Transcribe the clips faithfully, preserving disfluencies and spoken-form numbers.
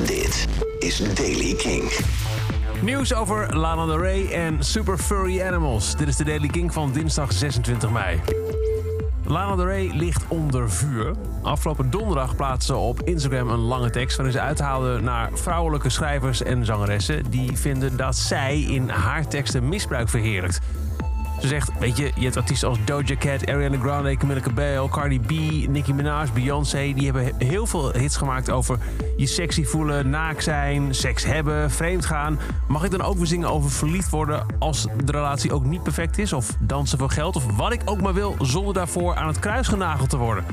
Dit is Daily Kink. Nieuws over Lana Del Rey en Super Furry Animals. Dit is de Daily Kink van dinsdag zesentwintig mei. Lana Del Rey ligt onder vuur. Afgelopen donderdag plaatste ze op Instagram een lange tekst waarin ze uithaalde naar vrouwelijke schrijvers en zangeressen die vinden dat zij in haar teksten misbruik verheerlijkt. Ze zegt, weet je, je hebt artiesten als Doja Cat, Ariana Grande, Camila Cabello, Cardi B, Nicki Minaj, Beyoncé. Die hebben heel veel hits gemaakt over je sexy voelen, naakt zijn, seks hebben, vreemd gaan. Mag ik dan ook weer zingen over verliefd worden als de relatie ook niet perfect is? Of dansen voor geld? Of wat ik ook maar wil, zonder daarvoor aan het kruis genageld te worden?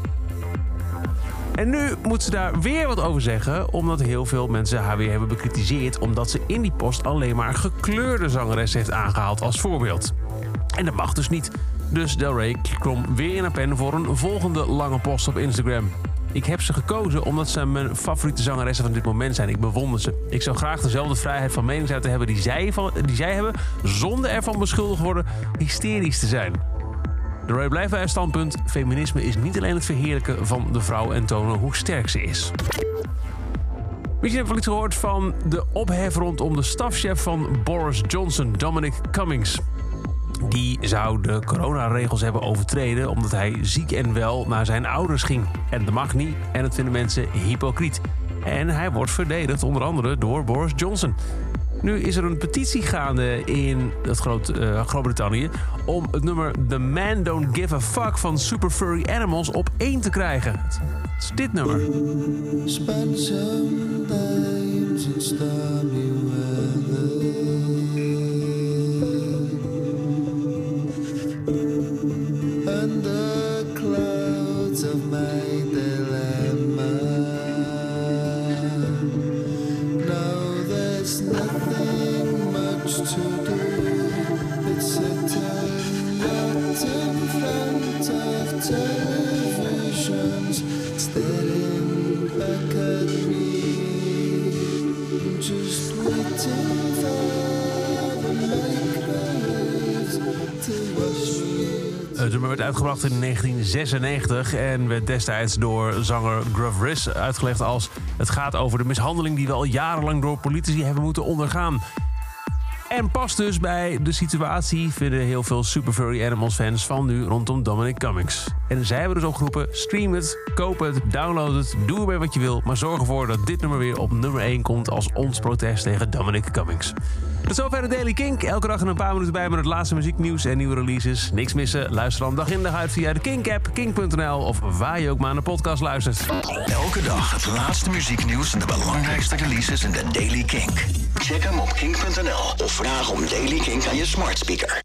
En nu moet ze daar weer wat over zeggen, omdat heel veel mensen haar weer hebben bekritiseerd omdat ze in die post alleen maar gekleurde zangeres heeft aangehaald als voorbeeld. En dat mag dus niet. Dus Del Rey klom weer in haar pen voor een volgende lange post op Instagram. Ik heb ze gekozen omdat ze mijn favoriete zangeressen van dit moment zijn. Ik bewonder ze. Ik zou graag dezelfde vrijheid van meningsuiting hebben die zij, van, die zij hebben, zonder ervan beschuldigd worden hysterisch te zijn. Del Rey blijft bij haar standpunt. Feminisme is niet alleen het verheerlijken van de vrouw en tonen hoe sterk ze is. Misschien heb je wel iets gehoord van de ophef rondom de stafchef van Boris Johnson, Dominic Cummings. Die zou de coronaregels hebben overtreden omdat hij ziek en wel naar zijn ouders ging. En dat mag niet en dat vinden mensen hypocriet. En hij wordt verdedigd onder andere door Boris Johnson. Nu is er een petitie gaande in het groot, uh, Groot-Brittannië om het nummer The Man Don't Give a Fuck van Super Furry Animals op één te krijgen. Het is dit nummer. Spend some days in stormy weather. Under clouds of my dilemma. No, there's nothing much to do. It's sitting right in front of televisions, staring back at me, just waiting for the microwaves to wash me. Het nummer werd uitgebracht in negentien zesennegentig en werd destijds door zanger Gruff Rhys uitgelegd als het gaat over de mishandeling die we al jarenlang door politici hebben moeten ondergaan. En past dus bij de situatie, vinden heel veel Super Furry Animals fans van nu rondom Dominic Cummings. En zij hebben dus opgeroepen, stream het, koop het, download het, doe ermee wat je wil, maar zorg ervoor dat dit nummer weer op nummer één komt als ons protest tegen Dominic Cummings. Tot zover de Daily Kink. Elke dag een paar minuten bij met het laatste muzieknieuws en nieuwe releases. Niks missen, luister dan dag in dag uit via de Kink-app, kink punt n l of waar je ook maar naar de podcast luistert. Elke dag het laatste muzieknieuws en de belangrijkste releases in de Daily Kink. Check hem op kink punt n l of vraag om Daily Kink aan je smart speaker.